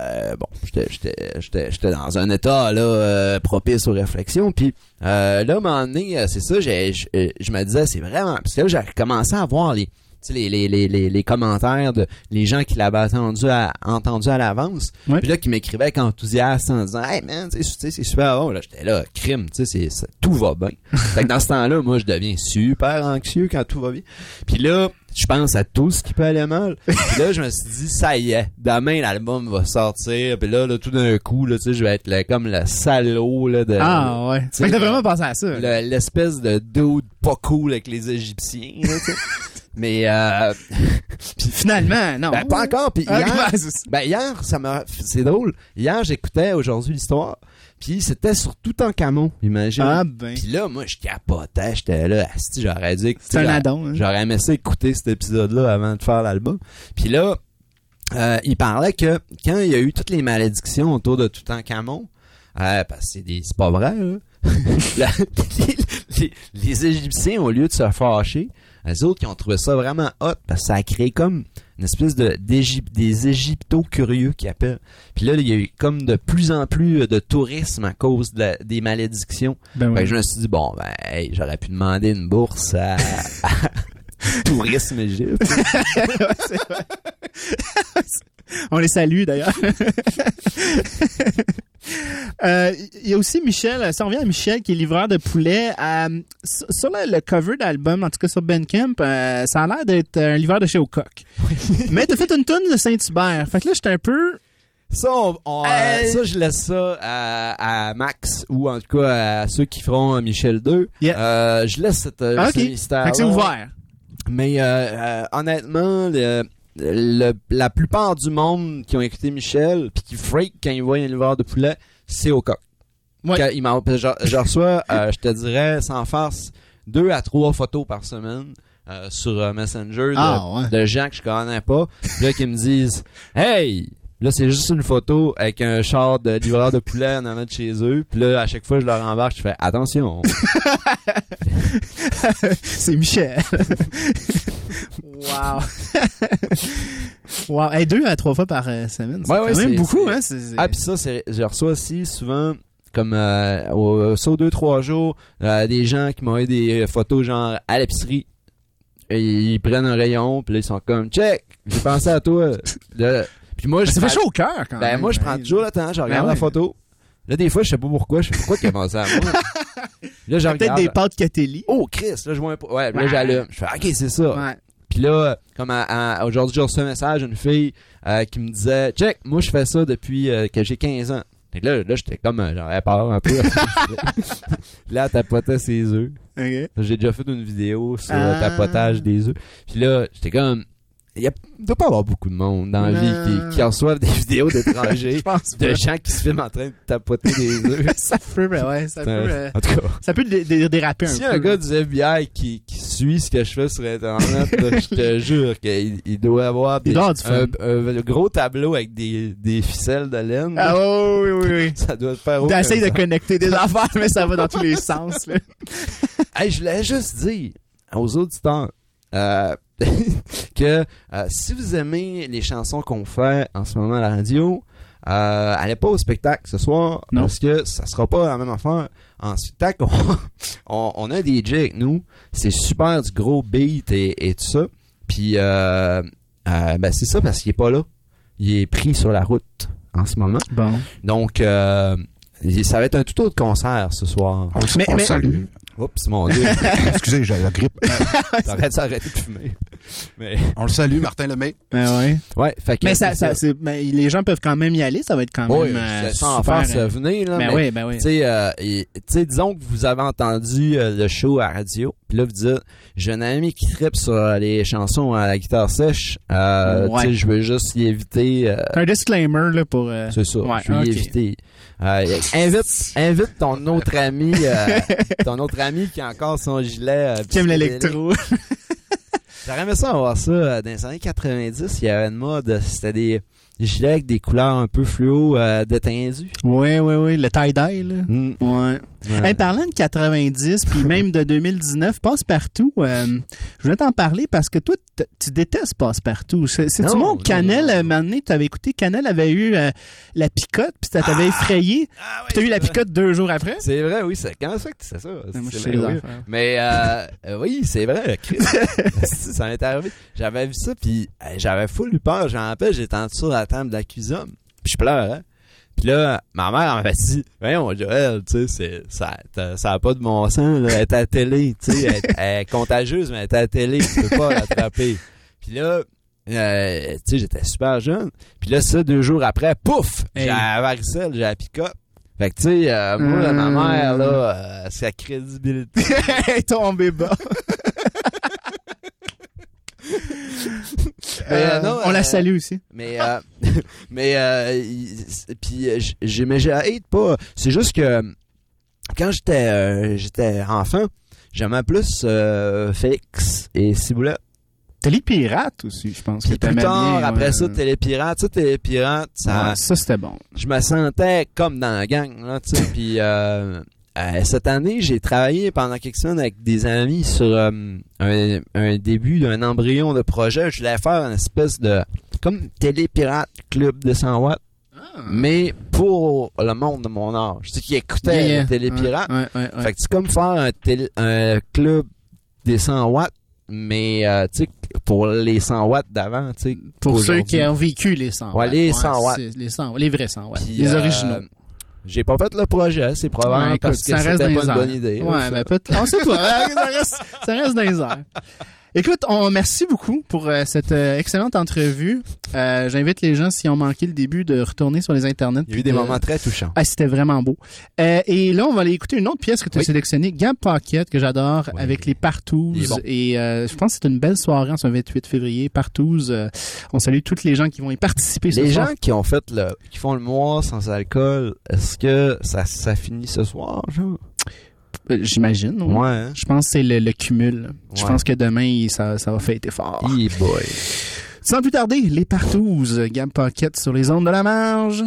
dans un état là propice aux réflexions, puis là, à un moment donné, c'est ça, je me disais, c'est vraiment, parce que là, j'ai commencé à voir les commentaires de les gens qui l'avaient entendu à l'avance, ouais. Puis là qui m'écrivaient avec enthousiasme en disant hey man, tu sais c'est super bon. Là j'étais là, crime, tu sais tout va bien. Fait que dans ce temps-là, moi je deviens super anxieux quand tout va bien. Puis là je pense à tout ce qui peut aller mal. Puis là, je me suis dit, ça y est, demain, l'album va sortir. Puis là tout d'un coup, là, tu sais, je vais être comme le salaud, là, de... Ah, ouais. Fait que t'as vraiment pensé à ça. L'espèce de dude pas cool avec les Égyptiens, là, tu sais. Mais, puis finalement, non. Ben, pas encore. Puis hier, c'est drôle. Hier, j'écoutais Aujourd'hui l'Histoire. Puis c'était sur Toutankhamon, imagine. Ah ben. Puis là, moi, je capotais, j'étais là, asti, j'aurais dû écouter. C'est un addon, hein? J'aurais aimé ça écouter cet épisode-là avant de faire l'album. Puis là, il parlait que quand il y a eu toutes les malédictions autour de Toutankhamon, parce que c'est pas vrai, là. les Égyptiens, au lieu de se fâcher, les autres qui ont trouvé ça vraiment hot parce que ça a créé comme une espèce des Égypto-curieux qui appellent. Puis là, il y a eu comme de plus en plus de tourisme à cause des malédictions. Ben oui. Je me suis dit, bon, hey, j'aurais pu demander une bourse à Tourisme Égypte. Ouais, c'est vrai. On les salue d'ailleurs. Il y a aussi Michel, ça revient à Michel qui est livreur de poulet. Sur le cover d'album, en tout cas sur Bandcamp, ça a l'air d'être un livreur de chez O'Cock. Mais t'as fait une tonne de Saint-Hubert. Fait que là, j'étais un peu... Ça, ça, je laisse ça à Max ou en tout cas à ceux qui feront Michel 2. Yeah. Je laisse ce mystère. Fait que c'est ouvert. Mais honnêtement, la plupart du monde qui ont écouté Michel puis qui freak quand ils voient un livreur de poulet, c'est au coq. Ouais. Je reçois, je te dirais, sans farce, 2 à 3 photos par semaine sur Messenger de gens que je connais pas, là qui me disent « Hey! » Là, c'est juste une photo avec un char de livreur de poulet en avant de chez eux. Puis là, à chaque fois, je leur embarque, je fais « Attention! » C'est Michel. Wow. Wow. Hey, 2 à 3 fois par semaine. C'est quand même beaucoup, hein? Ah, puis ça, je reçois aussi souvent, comme au 2-3 jours, des gens qui m'ont eu des photos genre à l'épicerie. Et ils prennent un rayon, puis là, ils sont comme « Check! J'ai pensé à toi! » Puis moi, ça fait chaud au cœur quand même. Moi, je prends toujours le temps, je regarde la photo. Là, des fois, je sais pas pourquoi. Je fais pourquoi qu'il a pensé à moi. Là, je regarde. Peut-être des pâtes Catelli. Oh, Chris, là, je vois un peu. Ouais, là, j'allume. Je fais, OK, c'est ça. Ouais. Puis là, comme aujourd'hui, j'ai reçu un message d'une fille qui me disait, check, moi, je fais ça depuis que j'ai 15 ans. Et là, j'étais comme, j'aurais peur un peu. Là, elle tapotait ses œufs. Okay. J'ai déjà fait une vidéo sur le tapotage des œufs. Puis là, j'étais comme, il doit pas avoir beaucoup de monde dans la vie qui reçoivent des vidéos d'étrangers, de gens qui se filment en train de tapoter des œufs. Ça peut, ben ouais, ça peut. En tout cas, ça peut déraper un peu. Si un gars du FBI qui suit ce que je fais sur Internet, là, je te jure qu'il doit avoir un gros tableau avec des ficelles de laine. Ah oui. Ça doit te faire T'essayes de connecter des affaires, mais ça va dans tous les sens, là. Hey, je voulais juste dire aux auditeurs que si vous aimez les chansons qu'on fait en ce moment à la radio, allez pas au spectacle ce soir, parce que ça sera pas la même affaire. En spectacle, on a un DJ avec nous, c'est super du gros beat et tout ça. Puis ben c'est ça parce qu'il est pas là. Il est pris sur la route en ce moment. Bon. Donc ça va être un tout autre concert ce soir. On salue. Oups, mon Dieu. Excusez, j'ai la grippe. T'arrêtes d'arrêter de fumer. Mais... On le salue, Martin Lemay. Ouais, fait que mais les gens peuvent quand même y aller, ça va être quand même sans super. faire venir là. Ben oui. Tu sais, disons que vous avez entendu le show à la radio, puis là vous dites, j'ai un ami qui trippe sur les chansons à la guitare sèche. Tu sais, je veux juste y éviter. Un disclaimer là pour. C'est ça. Je veux y éviter. Invite ton autre ami, qui a encore son gilet. Qui aime l'électro. J'aurais aimé ça voir ça. Dans les années 90, il y avait une mode, c'était des gilets avec des couleurs un peu fluo détendues. Oui, le tie-dye, là. Ouais. Hey, parlant de 90, puis même de 2019, Passe-Partout, je voulais t'en parler parce que toi, tu détestes Passe-Partout. C'est-tu moi ou Canel, un moment donné, tu avais écouté, Canel avait eu la picote, puis ça t'avait effrayé, puis t'as eu la picote 2 jours après? C'est vrai, oui. Comment ça que tu sais ça? Moi, je sais les affaires. Mais oui, c'est vrai. Ça m'est arrivé. J'avais vu ça, puis j'avais full eu peur. J'en rappelle, j'étais en dessous de la table de la cuisine, puis je pleurais. Puis là, ma mère m'avait dit, voyons, Joël, tu sais, ça a pas de bon sens, là, elle est à la télé, tu sais, elle est contagieuse, mais elle est à la télé, tu peux pas l'attraper. Puis là, tu sais, j'étais super jeune. Puis là, ça, 2 jours après, pouf, j'ai la varicelle, j'ai la picote. Fait que, tu sais, moi, ma mère, là, sa crédibilité. Elle est tombée bas. On la salue aussi. Mais puis j'ai hate pas. C'est juste que quand j'étais enfant, j'aimais plus Félix et Ciboulette. Télépirate aussi, je pense. Puis plus tard, après ça, Télépirate. Ça, Télépirate, ça c'était bon. Je me sentais comme dans la gang, là, tu sais. Puis cette année, j'ai travaillé pendant quelques semaines avec des amis sur un début d'un embryon de projet. Je voulais faire une espèce de comme Télépirate Club de 100 watts, mais pour le monde de mon âge. Tu sais, qui écoutait Télépirate. Fait que c'est comme faire un club des 100 watts, mais tu sais, pour les 100 watts d'avant, tu sais. Pour ceux qui ont vécu les 100 watts. Ouais, les 100 watts. Les vrais 100 watts. Puis, les originaux. J'ai pas fait le projet, c'est probablement parce que c'était pas une bonne idée. Ouais, ben peut-être. On sait pas. Ça reste dans les airs. Écoute, merci beaucoup pour cette excellente entrevue. J'invite les gens, s'ils ont manqué le début, de retourner sur les internets. Il y a eu des moments très touchants. Ah, c'était vraiment beau. Et là, on va aller écouter une autre pièce que tu as sélectionnée, Gab Pocket, que j'adore, avec les Partous. Bon. Et je pense que c'est une belle soirée en ce 28 février. Partous, on salue toutes les gens qui vont y participer ce soir. Les gens qui ont fait qui font le mois sans alcool, est-ce que ça finit ce soir, genre? J'imagine. Ouais. Hein? Je pense que c'est le cumul. Ouais. Je pense que demain, ça va fêter fort. Yeah boy. Sans plus tarder, les Partous, Gab Pocket sur les ondes de la marge.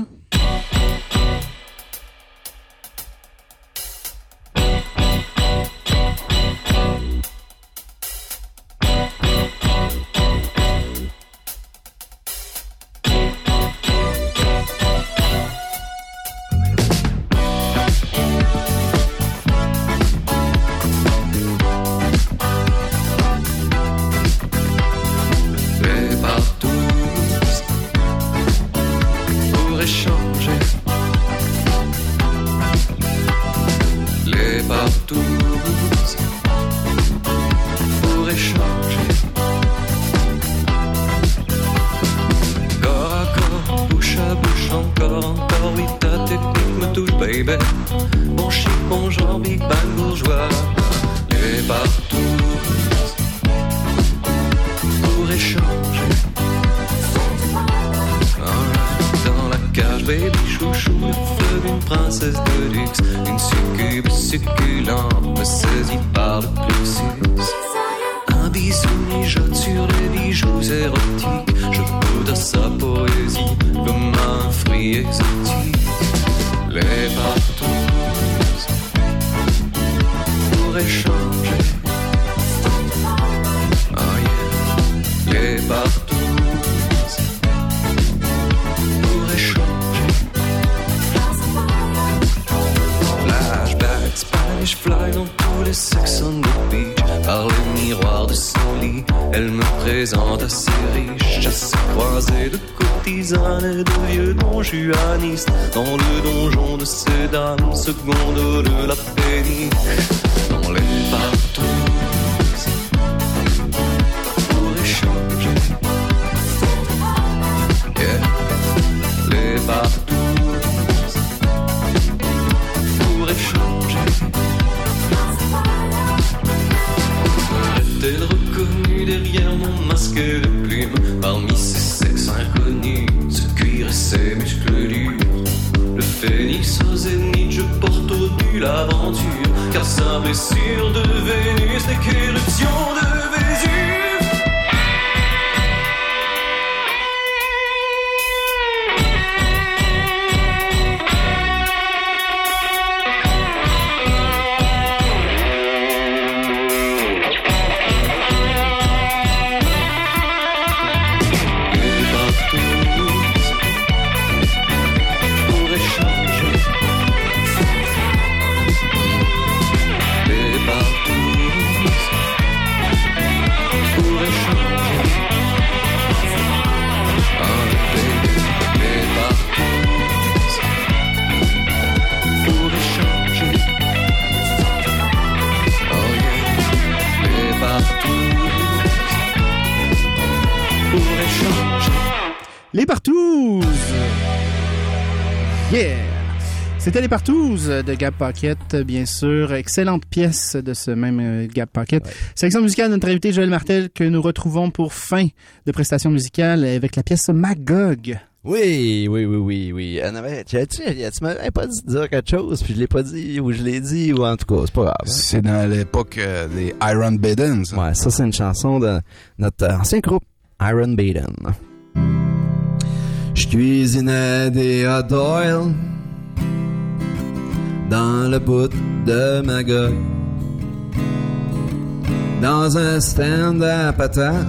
Bon chic, bon genre, big bang bourgeois. Les Partous pour échanger. baby chouchou, le feu d'une princesse de luxe. Une succube succulente me saisit par le plexus. Un bisou mijote sur les bijoux érotiques. Je goûte à sa poésie comme un fruit exotique. Les partous pour échanger. Oh yeah. Les partous pour échanger. Flashback, Spanish fly dans tous les Sex on the Beach. Par le miroir de son lit, elle me présente assez riche. À se croiser de courtisanes et de vieux donjuanistes. Dans le donjon de ces dames, seconde de la péniche. Dans les partous pour échanger. Yeah. Les partous pour échanger. Est-elle reconnue derrière mon masque de plumes? Parmi ces sexes inconnus, ce cuir et ces muscles durs. Le phénix au zénith, je porte au nu l'aventure. Car sa blessure de Vénus n'est qu'éruption de Vésuve. Les Partouzes! Yeah! C'était Les Partouzes de Gab Paquette, bien sûr. Excellente pièce de ce même Gab Paquette. Ouais. Sélection musicale de notre invité Joël Martel que nous retrouvons pour fin de prestation musicale avec la pièce Magog. Oui. Tu m'avais pas dit de dire quelque chose, puis je l'ai pas dit, ou je l'ai dit, ou en tout cas, c'est pas grave. Hein? C'est dans l'époque des Iron Maiden, ça. Ouais, ça c'est une chanson de notre ancien groupe, Iron Maiden. Je cuisinais des hot oil dans le bout de Magog, dans un stand à patates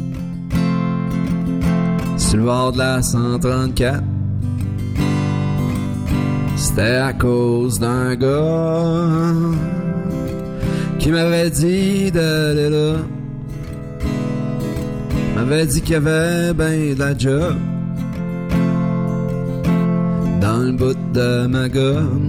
sur le bord de la 134. C'était à cause d'un gars qui m'avait dit d'aller là, m'avait dit qu'il y avait ben de la job dans le bout de Magog.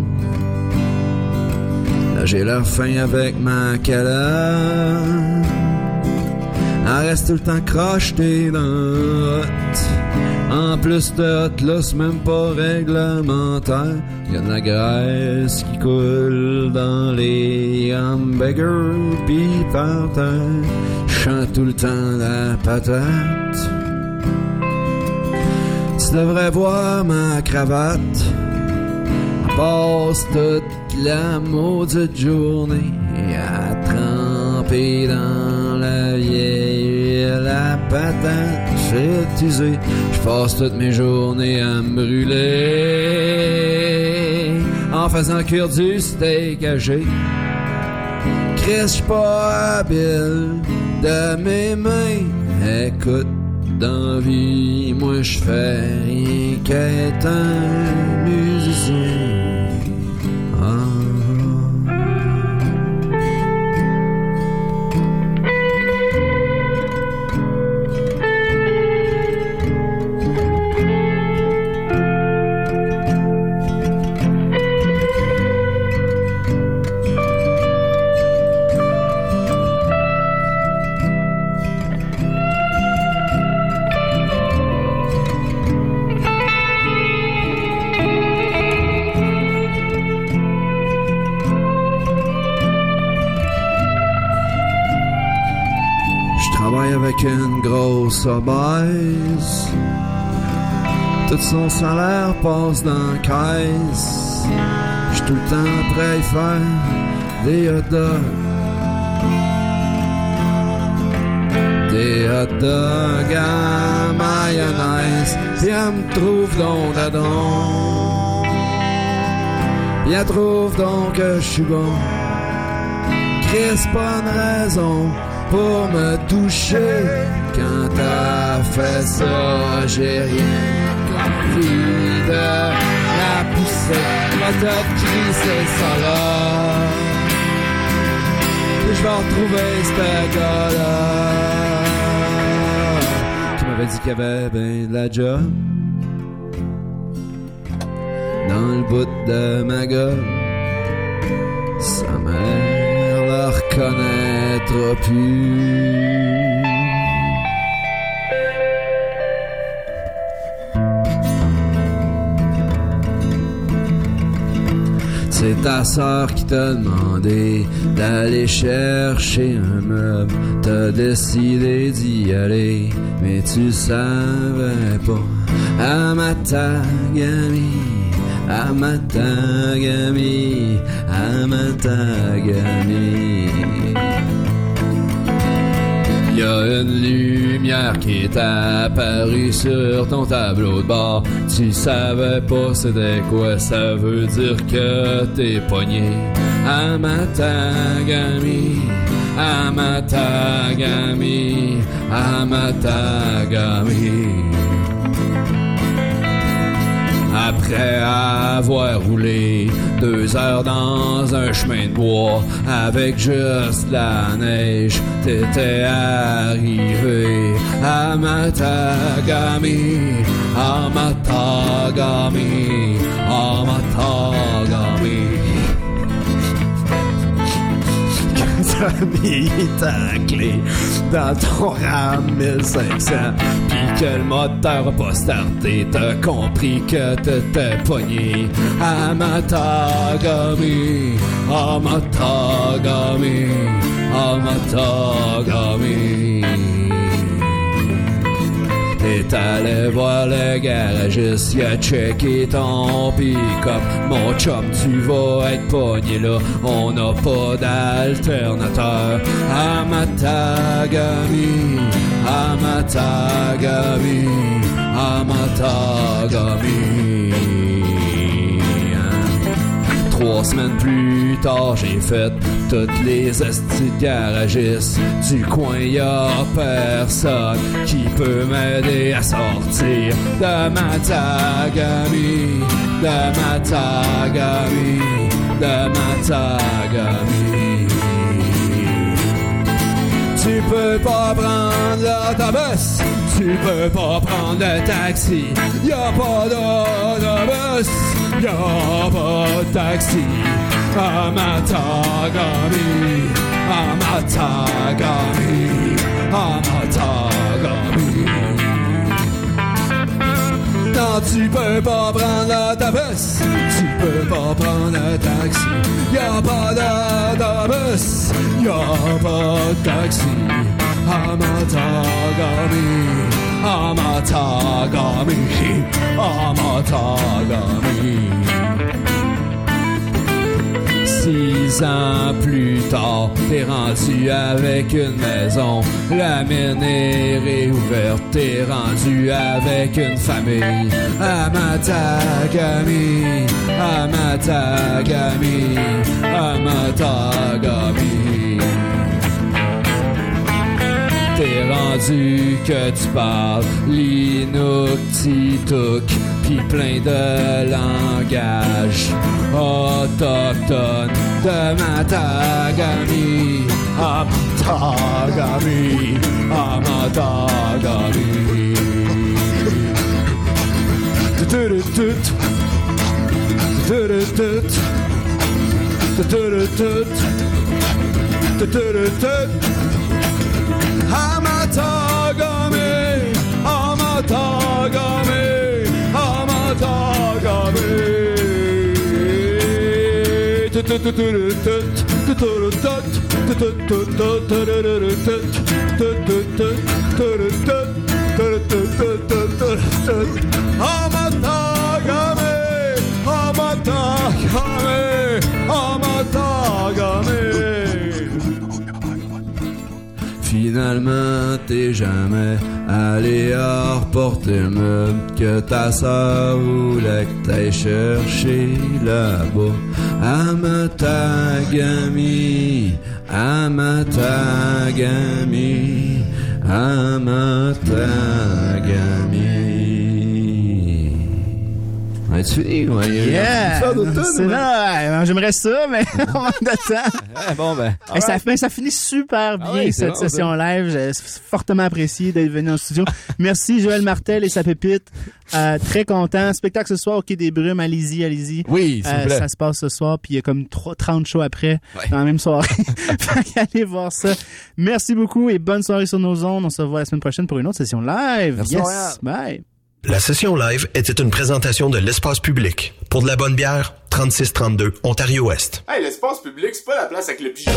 Là j'ai l'air fin avec ma calage, elle reste tout le temps crochetée dans le hot. En plus de hot là, c'est même pas réglementaire. Y'a de la graisse qui coule dans les hamburgers pis par terre. J'chante tout le temps la patate. Tu devrais voir ma cravate. Elle passe toute la maudite journée à tremper dans la vieille la patate fétisée. Je passe toutes mes journées à me brûler en faisant cuire du steak haché. Chris, j'suis pas habile de mes mains. Écoute, dans la vie, moi j'fais rien qu'être un musicien. Une grosse obèse Tout son salaire passe dans la caisse. J'suis tout le temps prêt à y faire des hot dogs. Des hot dogs à mayonnaise. Pis elle me trouve donc d'adon. Pis elle trouve donc que j'suis bon. Chris, pas une raison pour me toucher. Quand t'as fait ça, j'ai rien envie de la pousser. Ma tête crie, c'est ça là. Et je vais retrouver ce gars-là qui m'avait dit qu'il y avait ben de la job dans le bout de ma gueule. Sa mère la reconnaîtra plus. C'est ta sœur qui t'a demandé d'aller chercher un meuble. T'as décidé d'y aller, mais tu savais pas. Amatagami, Amatagami, Amatagami. Y a une lumière qui est apparue sur ton tableau de bord. Tu savais pas c'était quoi, ça veut dire que t'es pogné. Amatagami, Amatagami, Amatagami. Après avoir roulé 2 heures dans un chemin de bois avec juste la neige, t'étais arrivé à Matagami, à Matagami, à Matagami. T'as mis ta clé dans ton RAM 1500 pis que le moteur a pas starté, t'as compris que t'étais pogné à Matagami, à Matagami, à Matagami. T'es allé voir le garagiste, il a checké ton pick-up. Mon chum, tu vas être pogné là, on n'a pas d'alternateur. À Matagami, à Matagami, à Matagami. 3 semaines plus tard, j'ai fait toutes les estis de garagistes du coin. Y'a personne qui peut m'aider à sortir de Matagami, de Matagami, de Matagami. Tu peux pas prendre l'autobus, tu peux pas prendre le taxi. Y'a pas d'autobus, y'a pas de taxi. À Matagami, à Matagami, à Matagami. Non, tu peux pas prendre l'autobus, tu peux pas prendre le taxi. Y'a pas d'autobus, y'a pas de taxi. À Matagami, à Matagami, à Matagami. 6 ans plus tard, t'es rendu avec une maison. La mine est réouverte, t'es rendu avec une famille. À Matagami, à Matagami, à Matagami. T'es rendu que tu parles l'inuktitut pis plein de langage autochtone de Matagami, à Matagami, à Matagami. Amatagami, Amatagami, Amatagami. Finalement, t'es jamais allé à reporter le meuble que ta sœur voulait que t'ailles chercher là-bas. Amatagami, Amatagami, Amatagami. Tu dis, ouais, yeah! C'est là, j'aimerais ça, mais on manque de temps. Bon, ben. Ça finit super bien, cette session live. J'ai fortement apprécié d'être venu en studio. Merci, Joël Martel et sa pépite. Très content. Spectacle ce soir au Quai des Brumes. Allez-y. Oui, s'il vous plaît. Ça se passe ce soir, puis il y a comme 30 shows après, dans la même soirée. Allez voir ça. Merci beaucoup et bonne soirée sur nos ondes. On se revoit la semaine prochaine pour une autre session live. Merci, yes, bye. La session live était une présentation de l'espace public. Pour de la bonne bière, 3632 Ontario-Ouest. Hey, l'espace public, c'est pas la place avec le pigeon.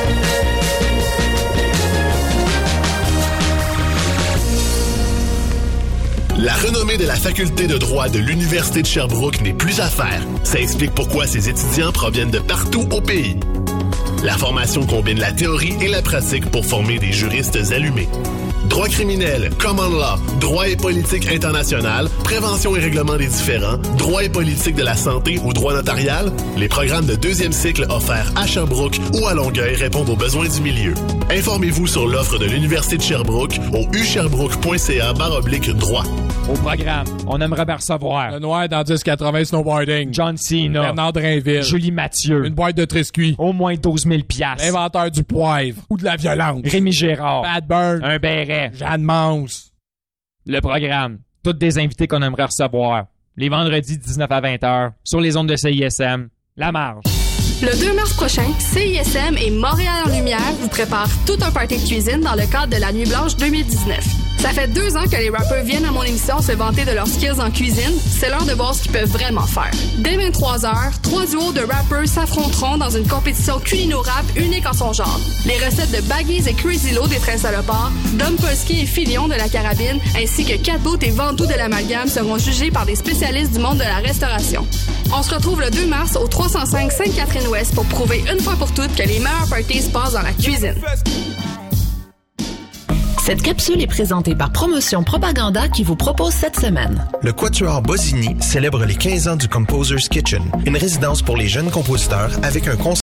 La renommée de la faculté de droit de l'Université de Sherbrooke n'est plus à faire. Ça explique pourquoi ses étudiants proviennent de partout au pays. La formation combine la théorie et la pratique pour former des juristes allumés. Droit criminel, common law, droit et politique international, prévention et règlement des différends, droit et politique de la santé ou droit notarial, les programmes de deuxième cycle offerts à Sherbrooke ou à Longueuil répondent aux besoins du milieu. Informez-vous sur l'offre de l'Université de Sherbrooke au usherbrooke.ca/droit. Au programme, on aimerait recevoir Le Noir dans 1080 Snowboarding, John Cena, Bernard Drainville, Julie Mathieu, une boîte de triscuits, au moins 12 000 $, l'inventeur du poivre ou de la violence, Rémi Gérard, Bad Bird, un béret, Jeanne Mance. Le programme, toutes des invités qu'on aimerait recevoir. Les vendredis 19 à 20h, sur les ondes de CISM, La Marge. Le 2 mars prochain, CISM et Montréal en Lumière vous préparent tout un party de cuisine dans le cadre de la Nuit Blanche 2019. Ça fait 2 ans que les rappeurs viennent à mon émission se vanter de leurs skills en cuisine. C'est l'heure de voir ce qu'ils peuvent vraiment faire. Dès 23h, 3 duos de rappeurs s'affronteront dans une compétition culino-rap unique en son genre. Les recettes de Baggies et Crazy Lo des Trains Salopards, Dom Polski et Filion de la Carabine, ainsi que Catboat et Ventoux de l'Amalgame seront jugés par des spécialistes du monde de la restauration. On se retrouve le 2 mars au 305 Sainte-Catherine-Ouest pour prouver une fois pour toutes que les meilleurs parties se passent dans la cuisine. Cette capsule est présentée par Promotion Propaganda qui vous propose cette semaine. Le Quatuor Bosini célèbre les 15 ans du Composer's Kitchen, une résidence pour les jeunes compositeurs avec un